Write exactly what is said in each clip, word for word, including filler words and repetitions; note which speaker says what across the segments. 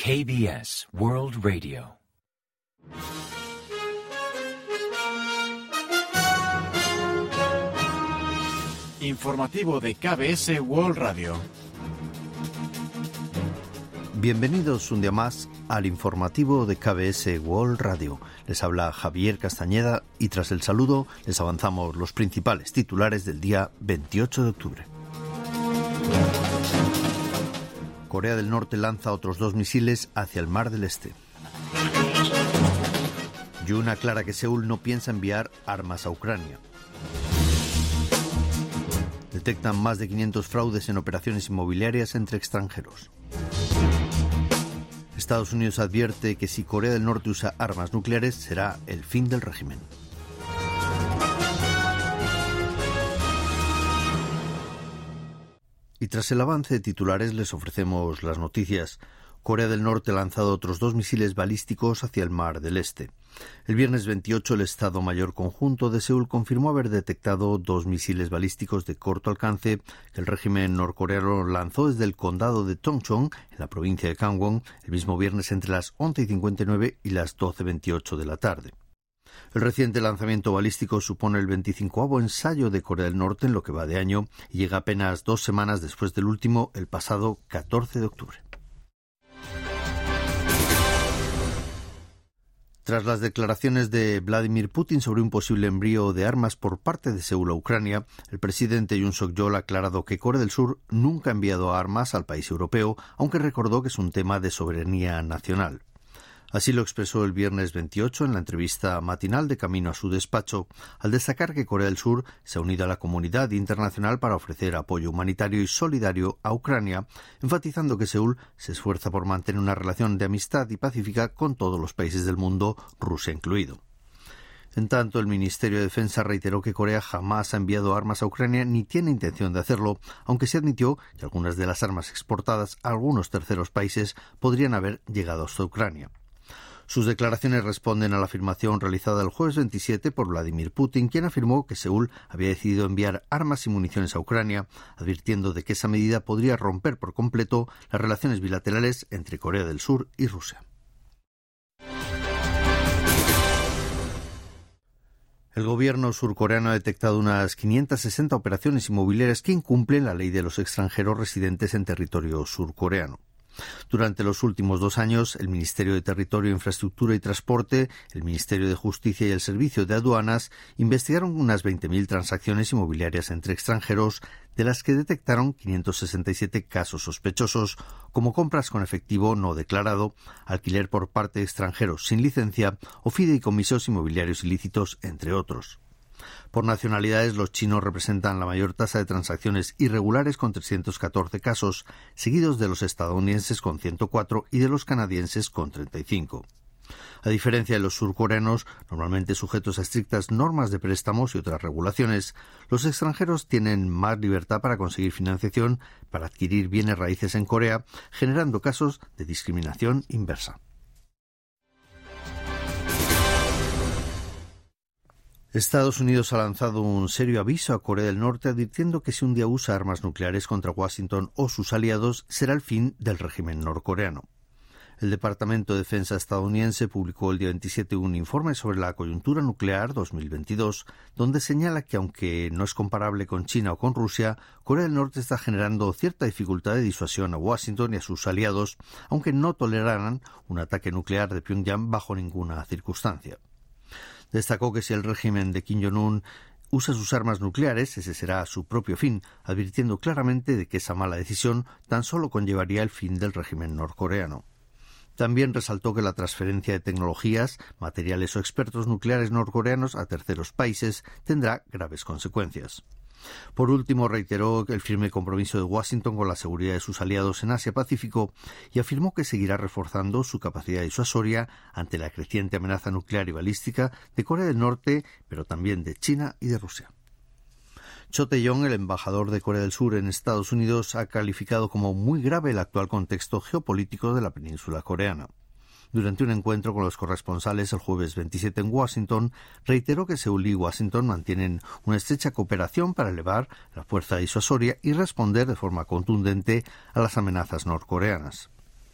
Speaker 1: K B S World Radio.
Speaker 2: Informativo de K B S World Radio.
Speaker 3: Bienvenidos un día más al informativo de K B S World Radio. Les habla Javier Castañeda y tras el saludo les avanzamos los principales titulares del día veintiocho de octubre. Corea del Norte lanza otros dos misiles hacia el Mar del Este. Yoon aclara que Seúl no piensa enviar armas a Ucrania. Detectan más de quinientos fraudes en operaciones inmobiliarias entre extranjeros. Estados Unidos advierte que si Corea del Norte usa armas nucleares será el fin del régimen. Y tras el avance de titulares les ofrecemos las noticias. Corea del Norte ha lanzado otros dos misiles balísticos hacia el Mar del Este. El viernes veintiocho el Estado Mayor Conjunto de Seúl confirmó haber detectado dos misiles balísticos de corto alcance que el régimen norcoreano lanzó desde el condado de Tongchong, en la provincia de Gangwon, el mismo viernes entre las once y cincuenta y nueve y las doce veintiocho de la tarde. El reciente lanzamiento balístico supone el veinticincoavo ensayo de Corea del Norte en lo que va de año y llega apenas dos semanas después del último, el pasado catorce de octubre. Tras las declaraciones de Vladimir Putin sobre un posible envío de armas por parte de Seúl a Ucrania, el presidente Yoon Suk-yeol ha aclarado que Corea del Sur nunca ha enviado armas al país europeo, aunque recordó que es un tema de soberanía nacional. Así lo expresó el viernes veintiocho en la entrevista matinal de camino a su despacho, al destacar que Corea del Sur se ha unido a la comunidad internacional para ofrecer apoyo humanitario y solidario a Ucrania, enfatizando que Seúl se esfuerza por mantener una relación de amistad y pacífica con todos los países del mundo, Rusia incluido. En tanto, el Ministerio de Defensa reiteró que Corea jamás ha enviado armas a Ucrania ni tiene intención de hacerlo, aunque se admitió que algunas de las armas exportadas a algunos terceros países podrían haber llegado hasta Ucrania. Sus declaraciones responden a la afirmación realizada el jueves veintisiete por Vladimir Putin, quien afirmó que Seúl había decidido enviar armas y municiones a Ucrania, advirtiendo de que esa medida podría romper por completo las relaciones bilaterales entre Corea del Sur y Rusia. El gobierno surcoreano ha detectado unas quinientas sesenta operaciones inmobiliarias que incumplen la ley de los extranjeros residentes en territorio surcoreano. Durante los últimos dos años, el Ministerio de Territorio, Infraestructura y Transporte, el Ministerio de Justicia y el Servicio de Aduanas investigaron unas veinte mil transacciones inmobiliarias entre extranjeros, de las que detectaron quinientos sesenta y siete casos sospechosos, como compras con efectivo no declarado, alquiler por parte de extranjeros sin licencia o fideicomisos inmobiliarios ilícitos, entre otros. Por nacionalidades, los chinos representan la mayor tasa de transacciones irregulares con trescientos catorce casos, seguidos de los estadounidenses con ciento cuatro y de los canadienses con treinta y cinco. A diferencia de los surcoreanos, normalmente sujetos a estrictas normas de préstamos y otras regulaciones, los extranjeros tienen más libertad para conseguir financiación para adquirir bienes raíces en Corea, generando casos de discriminación inversa. Estados Unidos ha lanzado un serio aviso a Corea del Norte advirtiendo que si un día usa armas nucleares contra Washington o sus aliados será el fin del régimen norcoreano. El Departamento de Defensa estadounidense publicó el día veintisiete un informe sobre la coyuntura nuclear dos mil veintidós, donde señala que aunque no es comparable con China o con Rusia, Corea del Norte está generando cierta dificultad de disuasión a Washington y a sus aliados, aunque no tolerarán un ataque nuclear de Pyongyang bajo ninguna circunstancia. Destacó que si el régimen de Kim Jong-un usa sus armas nucleares, ese será su propio fin, advirtiendo claramente de que esa mala decisión tan solo conllevaría el fin del régimen norcoreano. También resaltó que la transferencia de tecnologías, materiales o expertos nucleares norcoreanos a terceros países tendrá graves consecuencias. Por último, reiteró el firme compromiso de Washington con la seguridad de sus aliados en Asia-Pacífico y afirmó que seguirá reforzando su capacidad disuasoria ante la creciente amenaza nuclear y balística de Corea del Norte, pero también de China y de Rusia. Cho Tae-yong, el embajador de Corea del Sur en Estados Unidos, ha calificado como muy grave el actual contexto geopolítico de la península coreana. Durante un encuentro con los corresponsales el jueves veintisiete en Washington, reiteró que Seúl y Washington mantienen una estrecha cooperación para elevar la fuerza disuasoria y responder de forma contundente a las amenazas norcoreanas.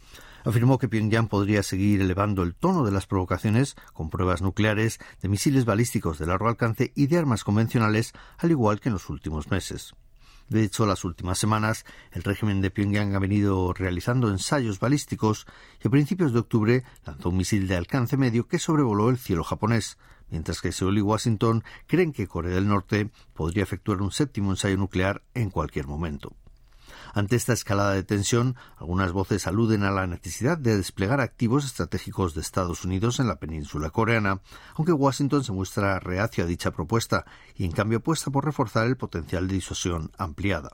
Speaker 3: Afirmó que Pyongyang podría seguir elevando el tono de las provocaciones con pruebas nucleares, de misiles balísticos de largo alcance y de armas convencionales, al igual que en los últimos meses. De hecho, las últimas semanas, el régimen de Pyongyang ha venido realizando ensayos balísticos y a principios de octubre lanzó un misil de alcance medio que sobrevoló el cielo japonés, mientras que Seúl y Washington creen que Corea del Norte podría efectuar un séptimo ensayo nuclear en cualquier momento. Ante esta escalada de tensión, algunas voces aluden a la necesidad de desplegar activos estratégicos de Estados Unidos en la península coreana, aunque Washington se muestra reacio a dicha propuesta y en cambio apuesta por reforzar el potencial de disuasión ampliada.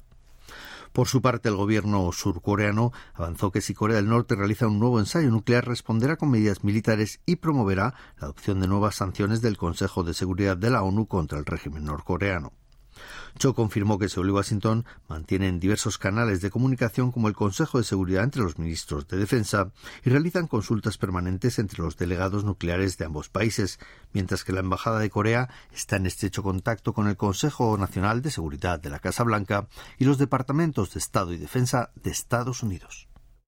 Speaker 3: Por su parte, el gobierno surcoreano avanzó que si Corea del Norte realiza un nuevo ensayo nuclear, responderá con medidas militares y promoverá la adopción de nuevas sanciones del Consejo de Seguridad de la ONU contra el régimen norcoreano. Cho confirmó que Seúl y Washington mantienen diversos canales de comunicación como el Consejo de Seguridad entre los ministros de Defensa y realizan consultas permanentes entre los delegados nucleares de ambos países, mientras que la Embajada de Corea está en estrecho contacto con el Consejo Nacional de Seguridad de la Casa Blanca y los departamentos de Estado y Defensa de Estados Unidos.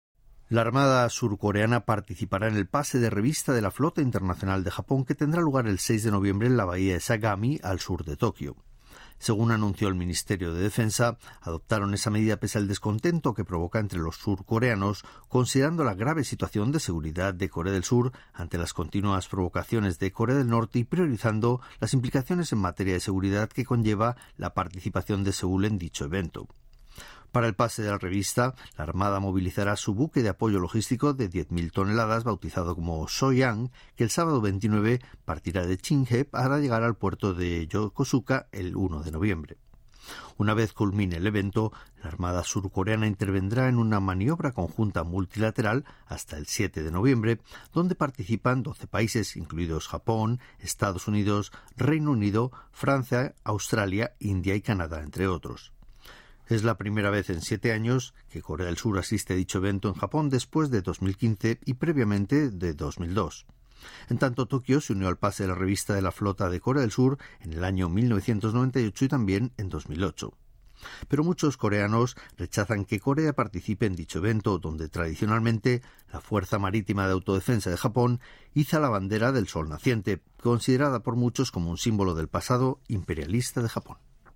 Speaker 3: La Armada surcoreana participará en el pase de revista de la Flota Internacional de Japón que tendrá lugar el seis de noviembre en la bahía de Sagami, al sur de Tokio. Según anunció el Ministerio de Defensa, adoptaron esa medida pese al descontento que provoca entre los surcoreanos, considerando la grave situación de seguridad de Corea del Sur ante las continuas provocaciones de Corea del Norte y priorizando las implicaciones en materia de seguridad que conlleva la participación de Seúl en dicho evento. Para el pase de la revista, la Armada movilizará su buque de apoyo logístico de diez mil toneladas, bautizado como Soyang, que el sábado veintinueve partirá de Chinghe para llegar al puerto de Yokosuka el primero de noviembre. Una vez culmine el evento, la Armada surcoreana intervendrá en una maniobra conjunta multilateral hasta el siete de noviembre, donde participan doce países, incluidos Japón, Estados Unidos, Reino Unido, Francia, Australia, India y Canadá, entre otros. Es la primera vez en siete años que Corea del Sur asiste a dicho evento en Japón después de dos mil quince y previamente de dos mil dos. En tanto, Tokio se unió al pase de la revista de la flota de Corea del Sur en el año mil novecientos noventa y ocho y también en dos mil ocho. Pero muchos coreanos rechazan que Corea participe en dicho evento, donde tradicionalmente la Fuerza Marítima de Autodefensa de Japón iza la bandera del sol naciente, considerada por muchos como un símbolo del pasado imperialista de Japón.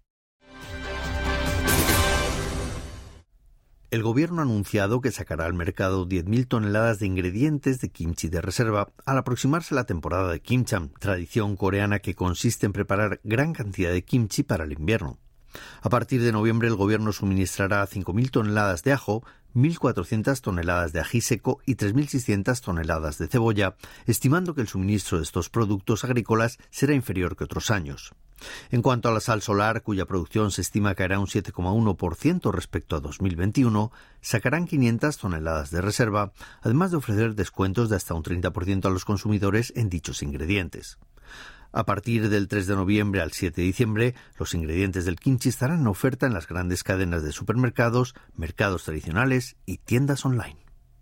Speaker 3: El gobierno ha anunciado que sacará al mercado diez mil toneladas de ingredientes de kimchi de reserva al aproximarse la temporada de kimcham, tradición coreana que consiste en preparar gran cantidad de kimchi para el invierno. A partir de noviembre el gobierno suministrará cinco mil toneladas de ajo, mil cuatrocientas toneladas de ají seco y tres mil seiscientas toneladas de cebolla, estimando que el suministro de estos productos agrícolas será inferior que otros años. En cuanto a la sal solar, cuya producción se estima caerá un siete coma uno por ciento respecto a dos mil veintiuno, sacarán quinientas toneladas de reserva, además de ofrecer descuentos de hasta un treinta por ciento a los consumidores en dichos ingredientes. A partir del tres de noviembre al siete de diciembre, los ingredientes del kimchi estarán en oferta en las grandes cadenas de supermercados, mercados tradicionales y tiendas online.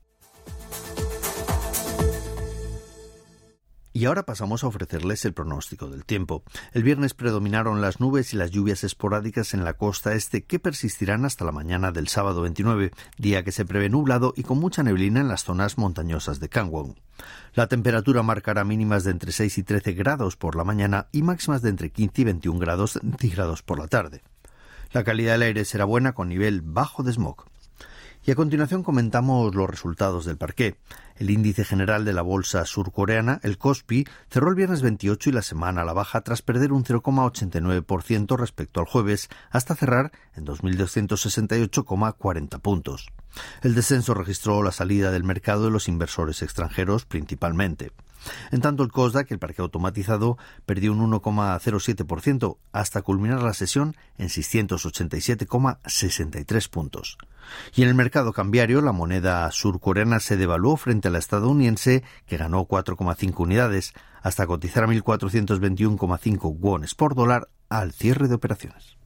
Speaker 3: Y ahora pasamos a ofrecerles el pronóstico del tiempo. El viernes predominaron las nubes y las lluvias esporádicas en la costa este que persistirán hasta la mañana del sábado veintinueve, día que se prevé nublado y con mucha neblina en las zonas montañosas de Gangwon. La temperatura marcará mínimas de entre seis y trece grados por la mañana y máximas de entre quince y veintiún grados centígrados por la tarde. La calidad del aire será buena con nivel bajo de smog. Y a continuación comentamos los resultados del parqué. El índice general de la bolsa surcoreana, el Kospi, cerró el viernes veintiocho y la semana a la baja tras perder un cero coma ochenta y nueve por ciento respecto al jueves, hasta cerrar en dos mil doscientos sesenta y ocho coma cuarenta puntos. El descenso registró la salida del mercado de los inversores extranjeros principalmente. En tanto, el Kosdaq, el parque automatizado, perdió un uno coma cero siete por ciento hasta culminar la sesión en seiscientos ochenta y siete coma sesenta y tres puntos. Y en el mercado cambiario, la moneda surcoreana se devaluó frente a la estadounidense, que ganó cuatro coma cinco unidades, hasta cotizar a mil cuatrocientos veintiuno coma cinco wones por dólar al cierre de operaciones.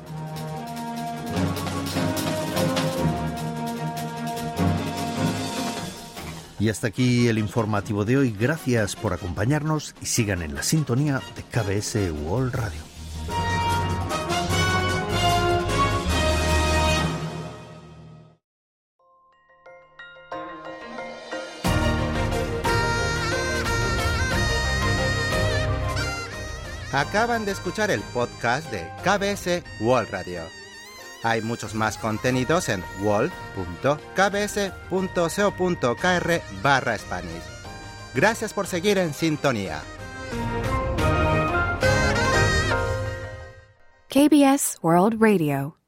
Speaker 3: Y hasta aquí el informativo de hoy. Gracias por acompañarnos y sigan en la sintonía de K B S World Radio.
Speaker 4: Acaban de escuchar el podcast de K B S World Radio. Hay muchos más contenidos en world punto k b s punto co punto k r barra Spanish. Gracias por seguir en sintonía.
Speaker 5: K B S World Radio.